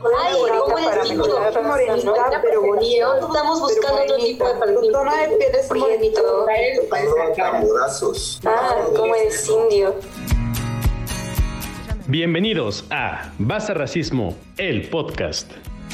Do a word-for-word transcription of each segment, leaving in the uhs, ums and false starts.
Ay, ¿cómo es bonito? Morenita, pero bonito. Estamos buscando otro tipo de palpito. Tu tono de piel es morenito. Tamborazos. Ah, ¿cómo es indio? Bienvenidos a Basta Racismo, el podcast.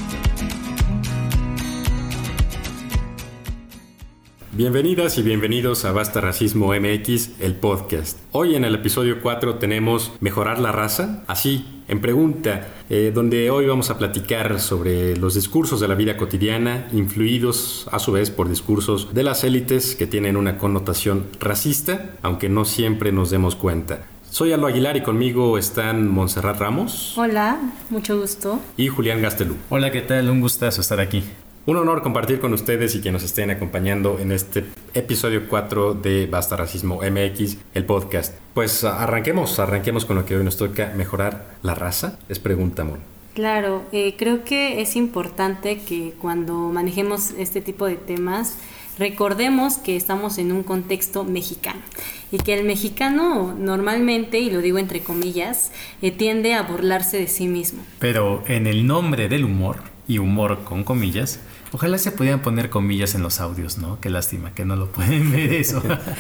Bienvenidas y bienvenidos a Basta Racismo M X, el podcast. Hoy en el episodio cuatro tenemos Mejorar la raza, así, en pregunta, eh, donde hoy vamos a platicar sobre los discursos de la vida cotidiana, influidos a su vez por discursos de las élites que tienen una connotación racista, aunque no siempre nos demos cuenta. Soy Aldo Aguilar y conmigo están Montserrat Ramos. Hola, mucho gusto. Y Julián Gastelú. Hola, ¿qué tal? Un gustazo estar aquí. Un honor compartir con ustedes y que nos estén acompañando en este episodio cuatro de Basta Racismo M X, el podcast. Pues arranquemos, arranquemos con lo que hoy nos toca, mejorar la raza. Es pregunta, Mon. Claro, eh, creo que es importante que cuando manejemos este tipo de temas recordemos que estamos en un contexto mexicano y que el mexicano normalmente, y lo digo entre comillas, eh, tiende a burlarse de sí mismo. Pero en el nombre del humor, y humor con comillas, ojalá se pudieran poner comillas en los audios, ¿no? Qué lástima que no lo pueden ver eso.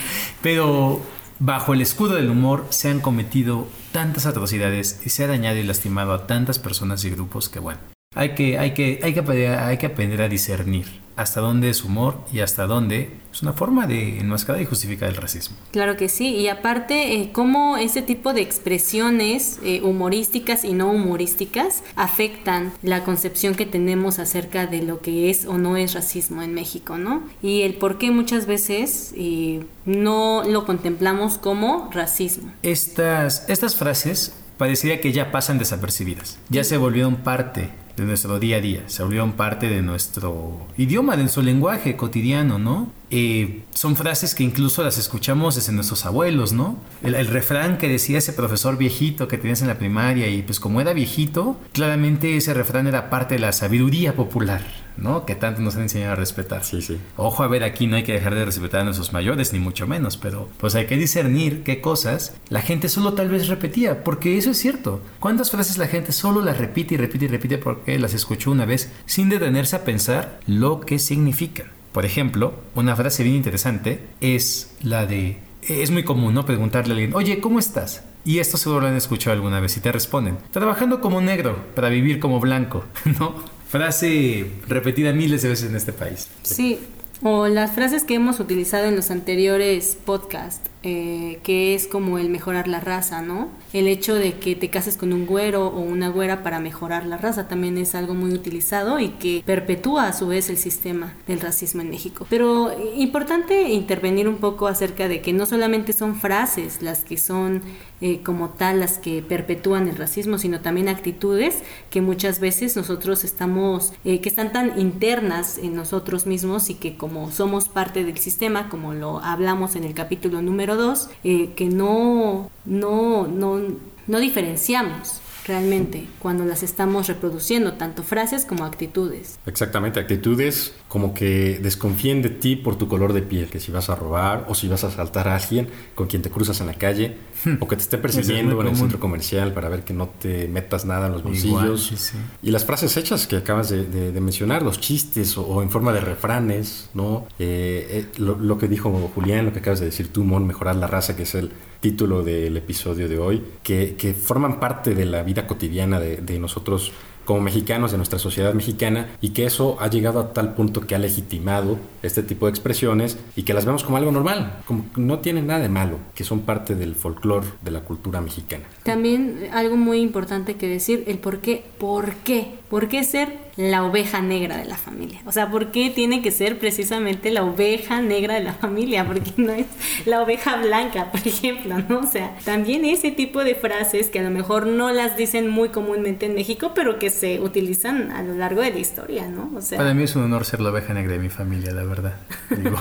Pero bajo el escudo del humor se han cometido tantas atrocidades y se ha dañado y lastimado a tantas personas y grupos que, bueno, hay que, hay que, hay que, aprender, hay que aprender a discernir hasta dónde es humor y hasta dónde es una forma de enmascarar y justificar el racismo. Claro que sí, y aparte, eh, cómo ese tipo de expresiones eh, humorísticas y no humorísticas afectan la concepción que tenemos acerca de lo que es o no es racismo en México, ¿no? Y el por qué muchas veces eh, no lo contemplamos como racismo. Estas, estas frases parecería que ya pasan desapercibidas, ya se volvieron parte de nuestro día a día, se volvieron parte de nuestro idioma, de nuestro lenguaje cotidiano, ¿no? Eh, son frases que incluso las escuchamos desde nuestros abuelos, ¿no? El, el refrán que decía ese profesor viejito que tenías en la primaria, y pues como era viejito, claramente ese refrán era parte de la sabiduría popular, ¿no? Que tanto nos han enseñado a respetar. Sí, sí. Ojo, a ver, aquí no hay que dejar de respetar a nuestros mayores, ni mucho menos, pero pues hay que discernir qué cosas la gente solo tal vez repetía, porque eso es cierto. ¿Cuántas frases la gente solo las repite y repite y repite porque las escuchó una vez sin detenerse a pensar lo que significan? Por ejemplo, una frase bien interesante es la de... Es muy común, ¿no? Preguntarle a alguien, oye, ¿cómo estás? Y esto seguro lo han escuchado alguna vez y te responden, trabajando como negro para vivir como blanco, ¿no? Frase repetida miles de veces en este país. Sí, o las frases que hemos utilizado en los anteriores podcasts, eh, que es como el mejorar la raza, ¿no? El hecho de que te cases con un güero o una güera para mejorar la raza también es algo muy utilizado y que perpetúa a su vez el sistema del racismo en México. Pero importante intervenir un poco acerca de que no solamente son frases las que son eh, como tal las que perpetúan el racismo, sino también actitudes que muchas veces nosotros estamos, eh, que están tan internas en nosotros mismos y que como somos parte del sistema, como lo hablamos en el capítulo número dos, eh, que no, no, no, no diferenciamos realmente cuando las estamos reproduciendo, tanto frases como actitudes. Exactamente, actitudes como que desconfíen de ti por tu color de piel, que si vas a robar o si vas a asaltar a alguien con quien te cruzas en la calle o que te esté persiguiendo en el centro comercial para ver que no te metas nada en los bolsillos. Igual, sí, sí. Y las frases hechas que acabas de, de, de mencionar, los chistes o, o en forma de refranes, ¿no? Eh, eh, lo, lo que dijo Julián, lo que acabas de decir tú, Mon, mejorar la raza, que es el título del episodio de hoy, que, que forman parte de la vida cotidiana de, de nosotros como mexicanos, de nuestra sociedad mexicana, y que eso ha llegado a tal punto que ha legitimado este tipo de expresiones y que las vemos como algo normal, como que no tienen nada de malo, que son parte del folclore de la cultura mexicana. También algo muy importante que decir, el por qué, por qué, por qué ser la oveja negra de la familia, o sea, por qué tiene que ser precisamente la oveja negra de la familia, porque no es la oveja blanca, por ejemplo, ¿no? O sea, también ese tipo de frases que a lo mejor no las dicen muy comúnmente en México, pero que se utilizan a lo largo de la historia, ¿no? O sea, para mí es un honor ser la oveja negra de mi familia, la verdad. Digo.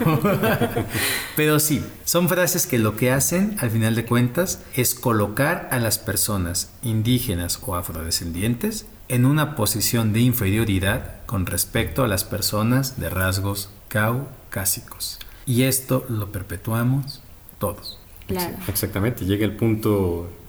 Pero sí, son frases que lo que hacen, al final de cuentas, es colocar a las personas indígenas o afrodescendientes en una posición de inferioridad con respecto a las personas de rasgos caucásicos. Y esto lo perpetuamos todos. claro. Exactamente, llega el punto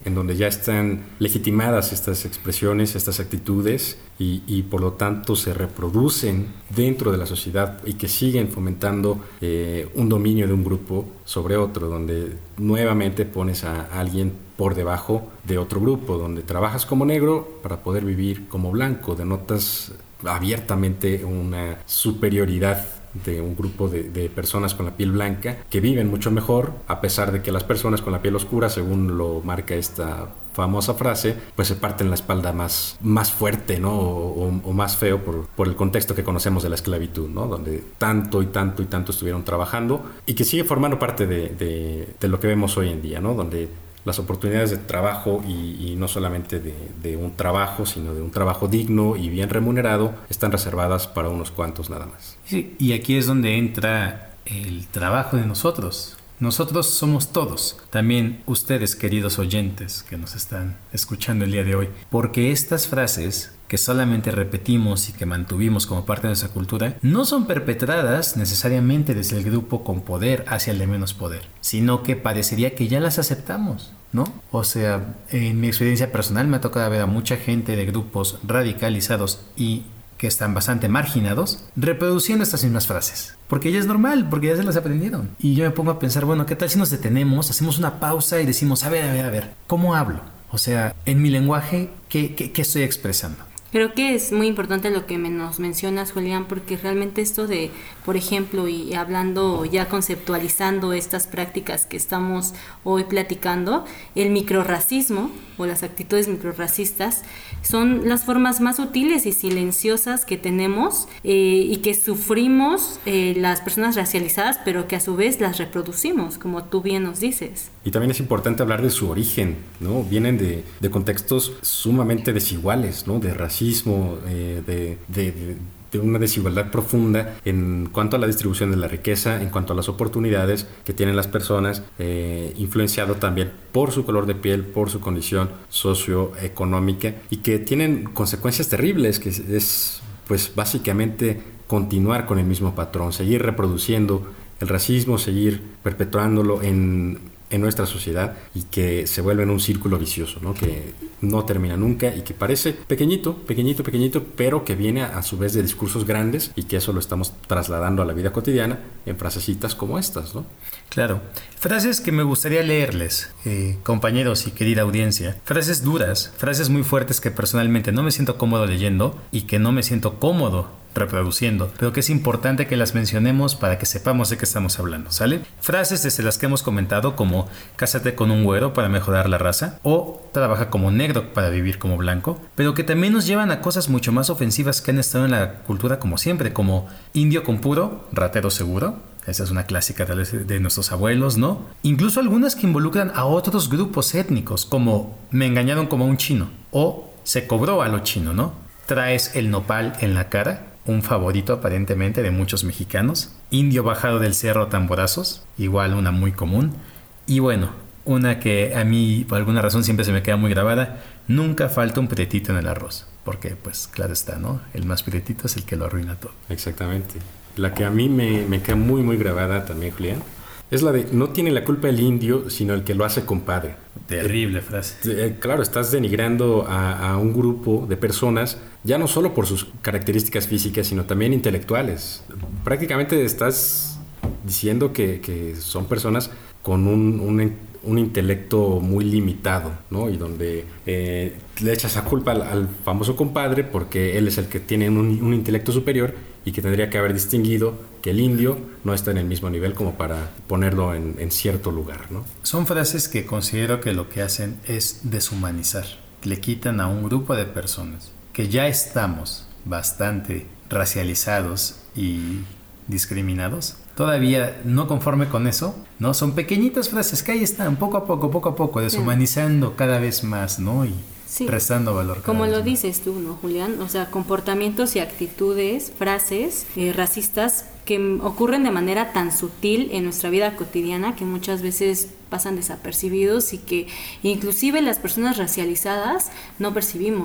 en donde ya están legitimadas estas expresiones, estas actitudes y, y por lo tanto se reproducen dentro de la sociedad y que siguen fomentando eh, un dominio de un grupo sobre otro, donde nuevamente pones a alguien por debajo de otro grupo, donde trabajas como negro para poder vivir como blanco, denotas abiertamente una superioridad de un grupo de, de personas con la piel blanca que viven mucho mejor, a pesar de que las personas con la piel oscura, según lo marca esta famosa frase, pues se parten la espalda más, más fuerte, ¿no? O, o, o más feo por, por el contexto que conocemos de la esclavitud, ¿no? Donde tanto y tanto y tanto estuvieron trabajando y que sigue formando parte de, de, de lo que vemos hoy en día, ¿no? Donde las oportunidades de trabajo y, y no solamente de, de un trabajo, sino de un trabajo digno y bien remunerado, están reservadas para unos cuantos nada más. Sí, y aquí es donde entra el trabajo de nosotros. Nosotros somos todos, también ustedes, queridos oyentes que nos están escuchando el día de hoy, porque estas frases que solamente repetimos y que mantuvimos como parte de nuestra cultura, no son perpetradas necesariamente desde el grupo con poder hacia el de menos poder, sino que parecería que ya las aceptamos, ¿no? O sea, en mi experiencia personal me ha tocado ver a mucha gente de grupos radicalizados y que están bastante marginados, reproduciendo estas mismas frases. Porque ya es normal, porque ya se las aprendieron. Y yo me pongo a pensar, bueno, ¿qué tal si nos detenemos, hacemos una pausa y decimos, a ver, a ver, a ver, ¿cómo hablo? O sea, en mi lenguaje, ¿qué, qué, qué estoy expresando? Creo que es muy importante lo que me nos mencionas, Julián, porque realmente esto de, por ejemplo, y hablando, ya conceptualizando estas prácticas que estamos hoy platicando, el microrracismo o las actitudes microrracistas son las formas más sutiles y silenciosas que tenemos eh, y que sufrimos eh, las personas racializadas, pero que a su vez las reproducimos, como tú bien nos dices. Y también es importante hablar de su origen, ¿no? Vienen de, de contextos sumamente desiguales, ¿no? De racismo, eh, de, de, de, de una desigualdad profunda en cuanto a la distribución de la riqueza, en cuanto a las oportunidades que tienen las personas, eh, influenciado también por su color de piel, por su condición socioeconómica, y que tienen consecuencias terribles, que es, es pues básicamente continuar con el mismo patrón, seguir reproduciendo el racismo, seguir perpetuándolo en en nuestra sociedad y que se vuelve en un círculo vicioso, ¿no? Que no termina nunca y que parece pequeñito, pequeñito, pequeñito, pero que viene a, a su vez de discursos grandes y que eso lo estamos trasladando a la vida cotidiana en frasecitas como estas, ¿no? Claro. Frases que me gustaría leerles, eh, compañeros y querida audiencia. Frases duras, frases muy fuertes que personalmente no me siento cómodo leyendo y que no me siento cómodo reproduciendo, pero que es importante que las mencionemos para que sepamos de qué estamos hablando, ¿sale? Frases desde las que hemos comentado como cásate con un güero para mejorar la raza o trabaja como negro para vivir como blanco, pero que también nos llevan a cosas mucho más ofensivas que han estado en la cultura como siempre, como indio con puro, ratero seguro. Esa es una clásica tal vez de nuestros abuelos, ¿no? Incluso algunas que involucran a otros grupos étnicos, como me engañaron como un chino o se cobró a lo chino, ¿no? Traes el nopal en la cara, un favorito aparentemente de muchos mexicanos. Indio bajado del cerro a tamborazos, igual una muy común. Y bueno, una que a mí por alguna razón siempre se me queda muy grabada, nunca falta un prietito en el arroz. Porque pues claro está, ¿no? El más prietito es el que lo arruina todo. Exactamente. La que a mí me, me queda muy muy grabada también, Julián, es la de no tiene la culpa el indio, sino el que lo hace compadre. Terrible frase. Eh, claro, estás denigrando a, a un grupo de personas, ya no solo por sus características físicas, sino también intelectuales. Prácticamente estás diciendo que, que son personas con un, un, un intelecto muy limitado, ¿no? Y donde eh, le echas la culpa al, al famoso compadre porque él es el que tiene un, un intelecto superior y que tendría que haber distinguido que el indio no está en el mismo nivel como para ponerlo en, en cierto lugar, ¿no? Son frases que considero que lo que hacen es deshumanizar. Le quitan a un grupo de personas que ya estamos bastante racializados y discriminados. Todavía no conforme con eso, ¿no? Son pequeñitas frases que ahí están, poco a poco, poco a poco, deshumanizando cada vez más, ¿no? Y sí, restando valor. Como lo más. dices tú, ¿no, Julián? O sea, comportamientos y actitudes, frases eh, racistas que ocurren de manera tan sutil en nuestra vida cotidiana que muchas veces pasan desapercibidos y que inclusive las personas racializadas no percibimos.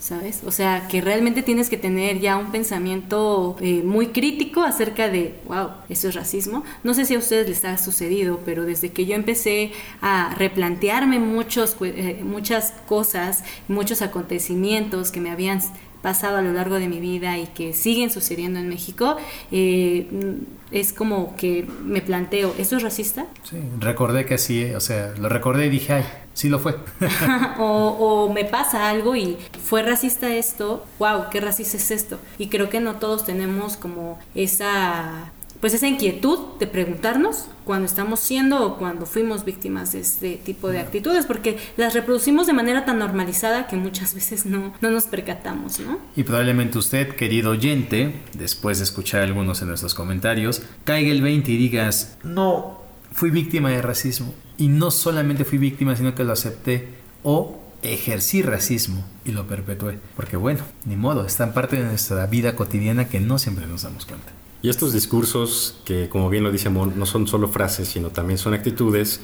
¿sabes? O sea, que realmente tienes que tener ya un pensamiento eh, muy crítico acerca de, wow, ¿esto es racismo? No sé si a ustedes les ha sucedido, pero desde que yo empecé a replantearme muchos, eh, muchas cosas, muchos acontecimientos que me habían pasado a lo largo de mi vida y que siguen sucediendo en México, eh, es como que me planteo, ¿esto es racista? Sí, recordé que sí, o sea, lo recordé y dije, ay, sí lo fue. o, o me pasa algo y fue racista esto, wow, qué racista es esto. Y creo que no todos tenemos como esa... pues esa inquietud de preguntarnos cuando estamos siendo o cuando fuimos víctimas de este tipo de actitudes, porque las reproducimos de manera tan normalizada que muchas veces no, no nos percatamos, ¿no? Y probablemente usted, querido oyente, después de escuchar algunos de nuestros comentarios, caiga el veinte y digas, no, fui víctima de racismo. Y no solamente fui víctima, sino que lo acepté o ejercí racismo y lo perpetué. Porque bueno, ni modo, están parte de nuestra vida cotidiana que no siempre nos damos cuenta. Y estos discursos, que como bien lo dice Mon, no son solo frases, sino también son actitudes,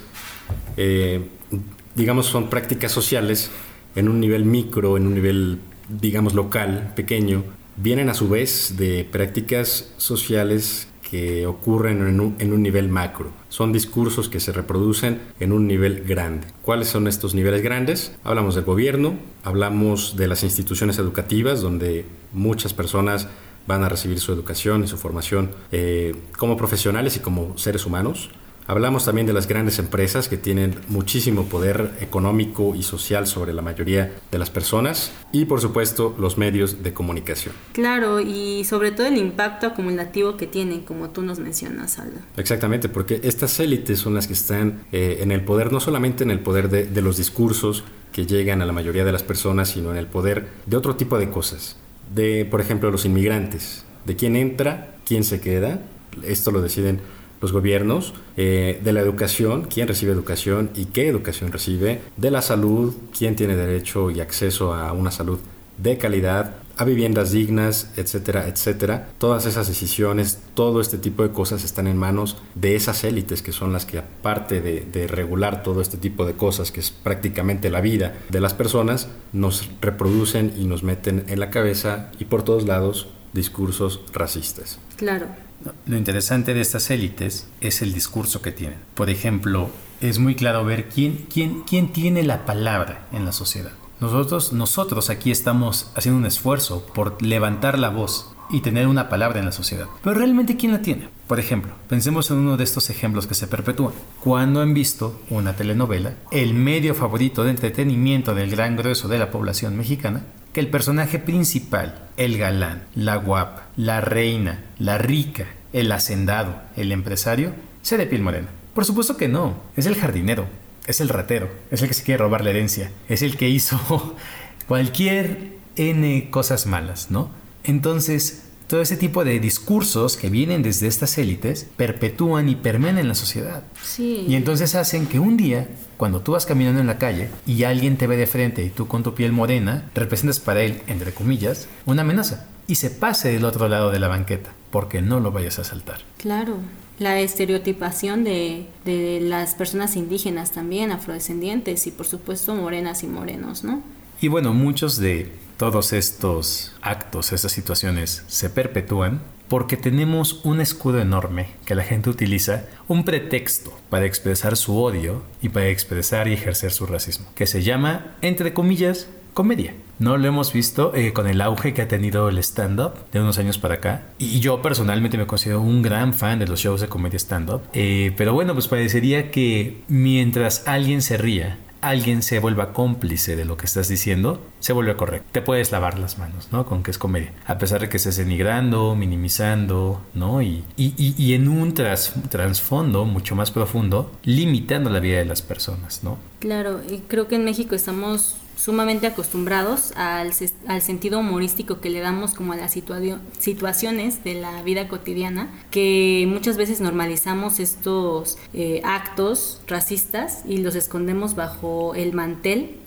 eh, digamos, son prácticas sociales en un nivel micro, en un nivel, digamos, local, pequeño, vienen a su vez de prácticas sociales que ocurren en un, en un nivel macro. Son discursos que se reproducen en un nivel grande. ¿Cuáles son estos niveles grandes? Hablamos del gobierno, hablamos de las instituciones educativas, donde muchas personas van a recibir su educación y su formación eh, como profesionales y como seres humanos. Hablamos también de las grandes empresas que tienen muchísimo poder económico y social sobre la mayoría de las personas y, por supuesto, los medios de comunicación. Claro, y sobre todo el impacto acumulativo que tienen, como tú nos mencionas, Aldo. Exactamente, porque estas élites son las que están eh, en el poder, no solamente en el poder de, de los discursos que llegan a la mayoría de las personas, sino en el poder de otro tipo de cosas. De, por ejemplo, los inmigrantes, de quién entra, quién se queda, esto lo deciden los gobiernos, eh, de la educación, quién recibe educación y qué educación recibe, de la salud, quién tiene derecho y acceso a una salud de calidad, a viviendas dignas, etcétera, etcétera. Todas esas decisiones, todo este tipo de cosas están en manos de esas élites que son las que, aparte de, de regular todo este tipo de cosas, que es prácticamente la vida de las personas, nos reproducen y nos meten en la cabeza y por todos lados discursos racistas. Claro. Lo interesante de estas élites es el discurso que tienen. Por ejemplo, es muy claro ver quién, quién, quién tiene la palabra en la sociedad. Nosotros, nosotros aquí estamos haciendo un esfuerzo por levantar la voz y tener una palabra en la sociedad. Pero realmente, ¿quién la tiene? Por ejemplo, pensemos en uno de estos ejemplos que se perpetúan. ¿Cuándo han visto una telenovela, el medio favorito de entretenimiento del gran grueso de la población mexicana, que el personaje principal, el galán, la guapa, la reina, la rica, el hacendado, el empresario, sea de piel morena? Por supuesto que no. Es el jardinero, es el ratero, es el que se quiere robar la herencia, es el que hizo cualquier N cosas malas, ¿no? Entonces, todo ese tipo de discursos que vienen desde estas élites perpetúan y permean en la sociedad. Sí. Y entonces hacen que un día, cuando tú vas caminando en la calle y alguien te ve de frente y tú con tu piel morena representas para él, entre comillas, una amenaza y se pase del otro lado de la banqueta porque no lo vayas a asaltar. Claro. La estereotipación de, de las personas indígenas también, afrodescendientes y por supuesto morenas y morenos, ¿no? Y bueno, muchos de todos estos actos, estas situaciones se perpetúan porque tenemos un escudo enorme que la gente utiliza, un pretexto para expresar su odio y para expresar y ejercer su racismo, que se llama, entre comillas, comedia. No lo hemos visto eh, con el auge que ha tenido el stand-up de unos años para acá. Y yo personalmente me considero un gran fan de los shows de comedia stand-up. Eh, pero bueno, pues parecería que mientras alguien se ría, alguien se vuelva cómplice de lo que estás diciendo, se vuelve correcto. Te puedes lavar las manos, ¿no? Con que es comedia. A pesar de que estés denigrando, minimizando, ¿no? Y, y, y, y en un tras, trasfondo mucho más profundo, limitando la vida de las personas, ¿no? Claro, y creo que en México estamos sumamente acostumbrados al, al sentido humorístico que le damos como a las situa- situaciones de la vida cotidiana, que muchas veces normalizamos estos eh, actos racistas y los escondemos bajo el mantel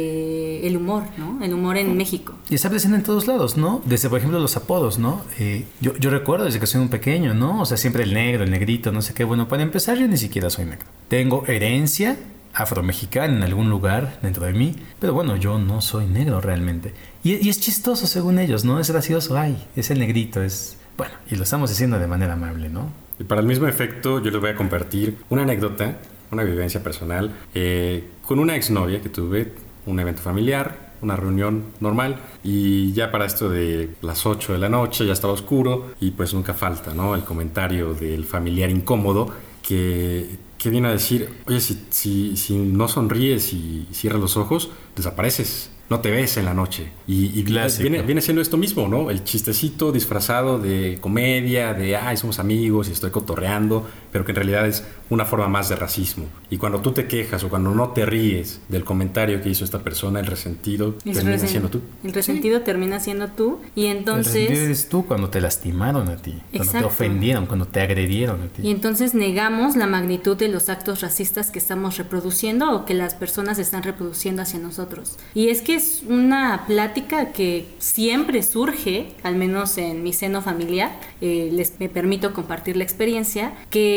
de el humor, ¿no? El humor en México. Y está presente en todos lados, ¿no? Desde, por ejemplo, los apodos, ¿no? Eh, yo, yo recuerdo desde que soy un pequeño, ¿no? O sea, siempre el negro, el negrito, no sé qué. Bueno, para empezar, yo ni siquiera soy negro. Tengo herencia afromexicana en algún lugar dentro de mí, pero bueno, yo no soy negro realmente. Y, y es chistoso según ellos, ¿no? Es gracioso, ay, es el negrito, es... Bueno, y lo estamos diciendo de manera amable, ¿no? Y para el mismo efecto, yo les voy a compartir una anécdota, una vivencia personal, eh, con una exnovia que tuve, un evento familiar, una reunión normal, y ya para esto de las ocho de la noche ya estaba oscuro, y pues nunca falta, ¿no?, el comentario del familiar incómodo que, que viene a decir, oye, si, si, si no sonríes y cierras los ojos, desapareces. No te ves en la noche. Y, y viene, viene siendo esto mismo, ¿no? El chistecito disfrazado de comedia, de, ay, somos amigos y estoy cotorreando, pero que en realidad es una forma más de racismo. Y cuando tú te quejas o cuando no te ríes del comentario que hizo esta persona, el resentido el termina resen- siendo tú. El resentido sí. termina siendo tú. Y entonces... El resentido eres tú cuando te lastimaron a ti, cuando Exacto. te ofendieron, cuando te agredieron a ti. Y entonces negamos la magnitud de los actos racistas que estamos reproduciendo o que las personas están reproduciendo hacia nosotros. Y es que es una plática que siempre surge, al menos en mi seno familiar, eh, les me permito compartir la experiencia,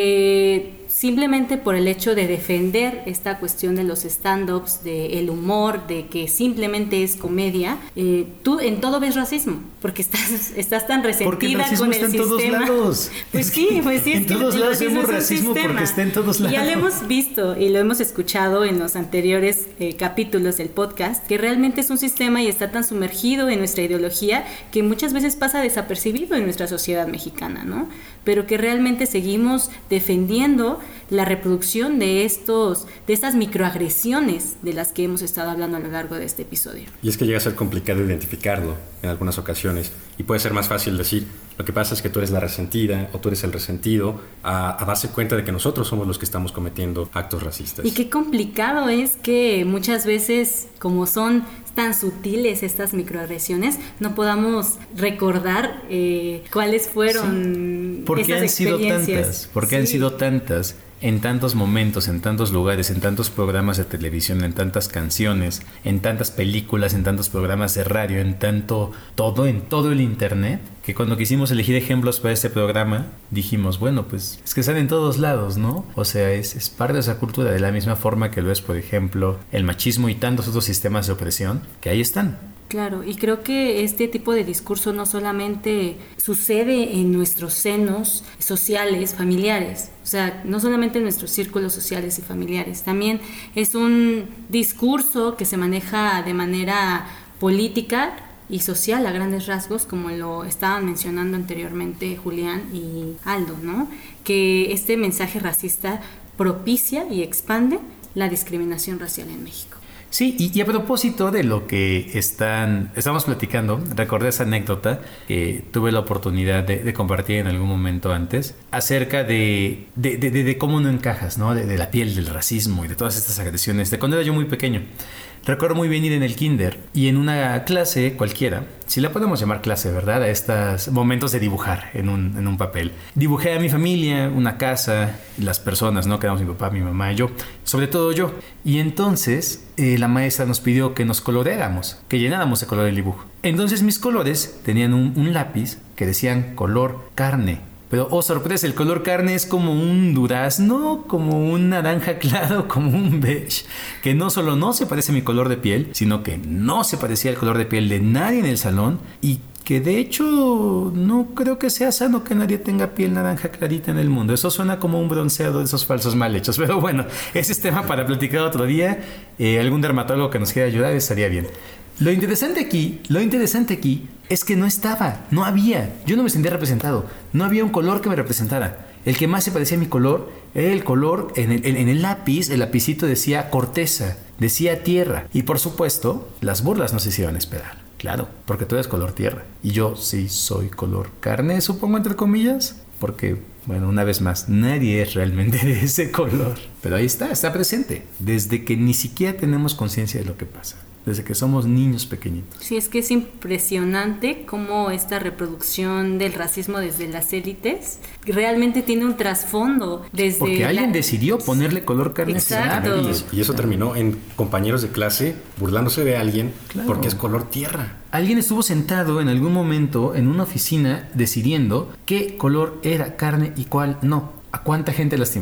que simplemente por el hecho de defender esta cuestión de los stand-ups, del humor, de que simplemente es comedia, eh, tú en todo ves racismo, porque estás, estás tan resentida el con el está sistema. En todos lados. Pues sí, pues sí. En es que todos lados vemos racismo sistema. Porque está en todos lados. Y ya lo hemos visto y lo hemos escuchado en los anteriores eh, capítulos del podcast, que realmente es un sistema y está tan sumergido en nuestra ideología que muchas veces pasa desapercibido en nuestra sociedad mexicana, ¿no? Pero que realmente seguimos defendiendo la reproducción de estos, de estas microagresiones de las que hemos estado hablando a lo largo de este episodio. Y es que llega a ser complicado identificarlo en algunas ocasiones y puede ser más fácil decir, lo que pasa es que tú eres la resentida o tú eres el resentido, a, a darse cuenta de que nosotros somos los que estamos cometiendo actos racistas. Y qué complicado es que muchas veces, como son tan sutiles estas microagresiones, no podamos recordar eh, cuáles fueron sí. ¿Por qué han sido tantas? ¿Por qué sí. han sido tantas? En tantos momentos, en tantos lugares, en tantos programas de televisión, en tantas canciones, en tantas películas, en tantos programas de radio, en tanto todo, en todo el internet, que cuando quisimos elegir ejemplos para este programa, dijimos, bueno, pues es que están en todos lados, ¿no? O sea, es, es parte de esa cultura, de la misma forma que lo es, por ejemplo, el machismo y tantos otros sistemas de opresión, que ahí están. Claro, y creo que este tipo de discurso no solamente sucede en nuestros senos sociales, familiares, o sea, no solamente en nuestros círculos sociales y familiares, también es un discurso que se maneja de manera política y social a grandes rasgos, como lo estaban mencionando anteriormente Julián y Aldo, ¿no? Que este mensaje racista propicia y expande la discriminación racial en México. Sí, y, y a propósito de lo que están, estamos platicando, recordé esa anécdota que tuve la oportunidad de, de compartir en algún momento antes, acerca de, de, de, de, de cómo no encajas, ¿no? De, de la piel, del racismo y de todas estas agresiones, de cuando era yo muy pequeño. Recuerdo muy bien ir en el kinder y en una clase cualquiera, si la podemos llamar clase, ¿verdad? A estos momentos de dibujar en un, en un papel. Dibujé a mi familia, una casa, las personas, ¿no? Que éramos mi papá, mi mamá y yo, sobre todo yo. Y entonces eh, la maestra nos pidió que nos coloreáramos, que llenáramos de color el dibujo. Entonces mis colores tenían un, un lápiz que decían color carne. Pero, oh sorpresa, el color carne es como un durazno, como un naranja claro, como un beige, que no solo no se parece a mi color de piel, sino que no se parecía al color de piel de nadie en el salón y que de hecho no creo que sea sano que nadie tenga piel naranja clarita en el mundo. Eso suena como un bronceado de esos falsos mal hechos, pero bueno, ese es tema para platicar otro día. Eh, algún dermatólogo que nos quiera ayudar estaría bien. Lo interesante aquí, lo interesante aquí es que no estaba, no había, yo no me sentía representado, no había un color que me representara. El que más se parecía a mi color era el color, en el, en el lápiz, el lapicito decía corteza, decía tierra. Y por supuesto, las burlas no se hicieron esperar, claro, porque tú eres color tierra. Y yo sí soy color carne, supongo entre comillas, porque, bueno, una vez más, nadie es realmente de ese color. Pero ahí está, está presente, desde que ni siquiera tenemos conciencia de lo que pasa. Desde que somos niños pequeñitos. Sí, es que es impresionante cómo esta reproducción del racismo desde las élites realmente tiene un trasfondo desde... Porque alguien la... decidió ponerle color carne. Exacto. Y eso terminó en compañeros de clase burlándose de alguien claro. porque es color tierra. Alguien estuvo sentado en algún momento en una oficina decidiendo qué color era carne y cuál no. ¿A cuánta gente lastimó?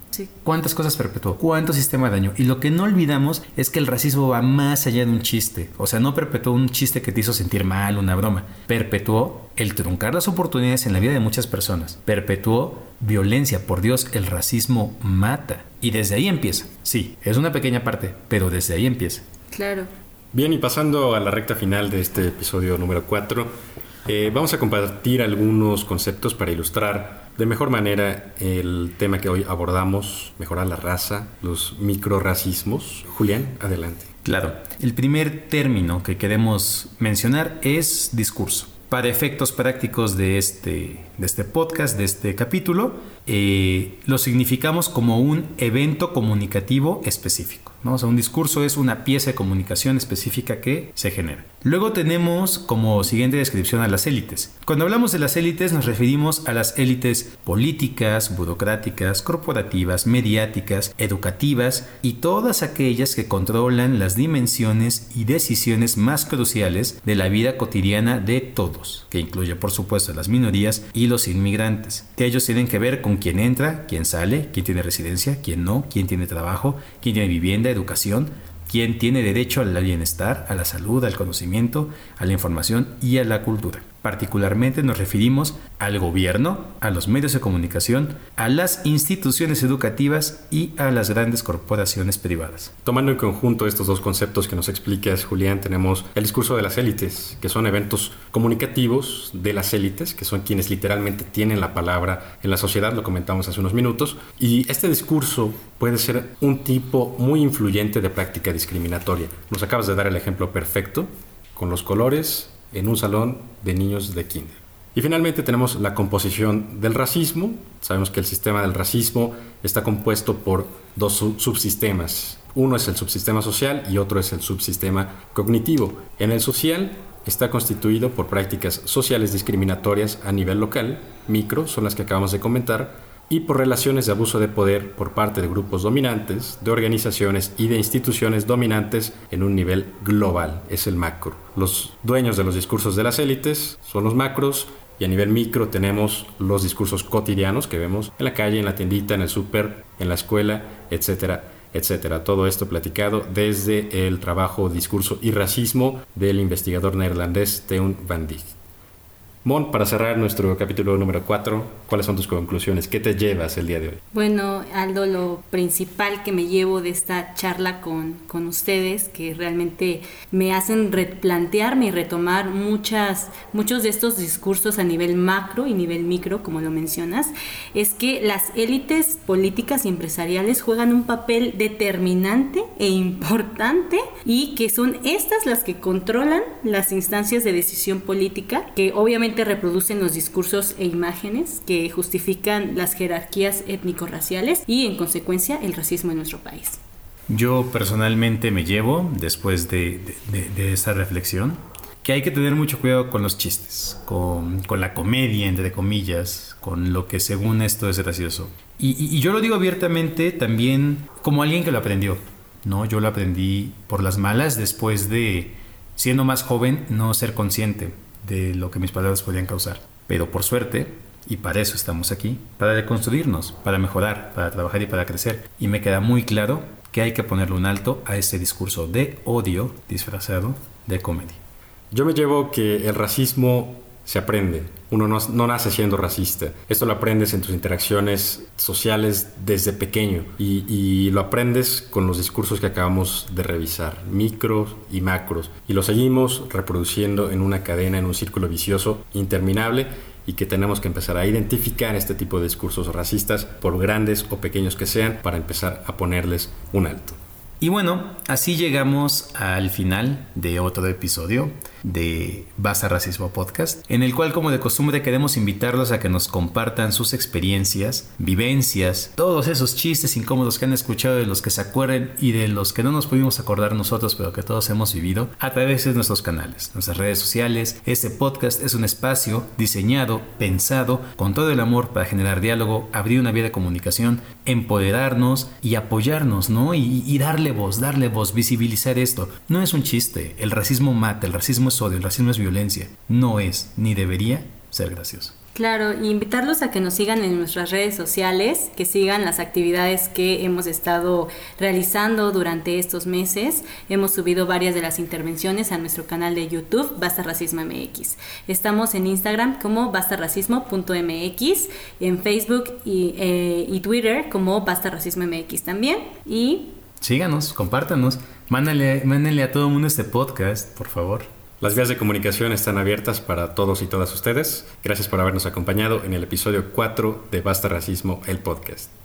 Sí. ¿Cuántas cosas perpetuó? ¿Cuánto sistema dañó? Y lo que no olvidamos es que el racismo va más allá de un chiste. O sea, no perpetuó un chiste que te hizo sentir mal, una broma. Perpetuó el truncar las oportunidades en la vida de muchas personas. Perpetuó violencia. Por Dios, el racismo mata. Y desde ahí empieza. Sí, es una pequeña parte, pero desde ahí empieza. Claro. Bien, y pasando a la recta final de este episodio número cuatro, eh, vamos a compartir algunos conceptos para ilustrar de mejor manera el tema que hoy abordamos, mejorar la raza, los microracismos. Julián, adelante. Claro, el primer término que queremos mencionar es discurso. Para efectos prácticos de este, de este podcast, de este capítulo, eh, lo significamos como un evento comunicativo específico, ¿no? O sea, un discurso es una pieza de comunicación específica que se genera. Luego tenemos como siguiente descripción a las élites. Cuando hablamos de las élites nos referimos a las élites políticas, burocráticas, corporativas, mediáticas, educativas y todas aquellas que controlan las dimensiones y decisiones más cruciales de la vida cotidiana de todos, que incluye por supuesto a las minorías y los inmigrantes, que ellos tienen que ver con quién entra, quién sale, quién tiene residencia, quién no, quién tiene trabajo, quién tiene vivienda, educación, quién tiene derecho al bienestar, a la salud, al conocimiento, a la información y a la cultura. Particularmente nos referimos al gobierno, a los medios de comunicación, a las instituciones educativas y a las grandes corporaciones privadas. Tomando en conjunto estos dos conceptos que nos explicas, Julián, tenemos el discurso de las élites, que son eventos comunicativos de las élites, que son quienes literalmente tienen la palabra en la sociedad, lo comentamos hace unos minutos, y este discurso puede ser un tipo muy influyente de práctica discriminatoria. Nos acabas de dar el ejemplo perfecto con los colores en un salón de niños de kinder. Y finalmente tenemos la composición del racismo. Sabemos que el sistema del racismo está compuesto por dos subsistemas. Uno es el subsistema social y otro es el subsistema cognitivo. En el social está constituido por prácticas sociales discriminatorias a nivel local, micro, son las que acabamos de comentar, y por relaciones de abuso de poder por parte de grupos dominantes, de organizaciones y de instituciones dominantes en un nivel global, es el macro. Los dueños de los discursos de las élites son los macros, y a nivel micro tenemos los discursos cotidianos que vemos en la calle, en la tiendita, en el súper, en la escuela, etcétera, etcétera. Todo esto platicado desde el trabajo Discurso y Racismo del investigador neerlandés Teun van Dijk. Mon, para cerrar nuestro capítulo número cuatro, ¿cuáles son tus conclusiones? ¿Qué te llevas el día de hoy? Bueno, Aldo, lo principal que me llevo de esta charla con, con ustedes, que realmente me hacen replantearme y retomar muchas, muchos de estos discursos a nivel macro y nivel micro, como lo mencionas, es que las élites políticas y empresariales juegan un papel determinante e importante, y que son estas las que controlan las instancias de decisión política, que obviamente reproducen los discursos e imágenes que justifican las jerarquías étnico-raciales y en consecuencia el racismo en nuestro país. Yo personalmente me llevo, después de, de, de, de esta reflexión, que hay que tener mucho cuidado con los chistes, con, con la comedia, entre comillas, con lo que según esto es gracioso. Y, y, y yo lo digo abiertamente también como alguien que lo aprendió, ¿no? Yo lo aprendí por las malas después de, siendo más joven, no ser consciente de lo que mis palabras podían causar. Pero por suerte, y para eso estamos aquí, para reconstruirnos, para mejorar, para trabajar y para crecer. Y me queda muy claro que hay que ponerle un alto a ese discurso de odio disfrazado de comedia. Yo me llevo que el racismo se aprende. Uno no, no nace siendo racista. Esto lo aprendes en tus interacciones sociales desde pequeño. Y, y lo aprendes con los discursos que acabamos de revisar, micros y macros. Y lo seguimos reproduciendo en una cadena, en un círculo vicioso interminable, y que tenemos que empezar a identificar este tipo de discursos racistas, por grandes o pequeños que sean, para empezar a ponerles un alto. Y bueno, así llegamos al final de otro episodio de Basta Racismo Podcast, en el cual, como de costumbre, queremos invitarlos a que nos compartan sus experiencias, vivencias, todos esos chistes incómodos que han escuchado, de los que se acuerden y de los que no nos pudimos acordar nosotros, pero que todos hemos vivido, a través de nuestros canales, nuestras redes sociales. Este podcast es un espacio diseñado, pensado, con todo el amor para generar diálogo, abrir una vía de comunicación, empoderarnos y apoyarnos, ¿no? Y, y darle voz, darle voz, visibilizar esto. No es un chiste, el racismo mata, el racismo es odio, el racismo es violencia. No es, ni debería ser gracioso. Claro, y invitarlos a que nos sigan en nuestras redes sociales, que sigan las actividades que hemos estado realizando durante estos meses. Hemos subido varias de las intervenciones a nuestro canal de YouTube, Basta Racismo M X. Estamos en Instagram como basta racismo punto m x, en Facebook y, eh, y Twitter como Basta Racismo M X también. Y síganos, compártanos, mándenle, mándenle a todo el mundo este podcast, por favor. Las vías de comunicación están abiertas para todos y todas ustedes. Gracias por habernos acompañado en el episodio cuatro de Basta Racismo, el podcast.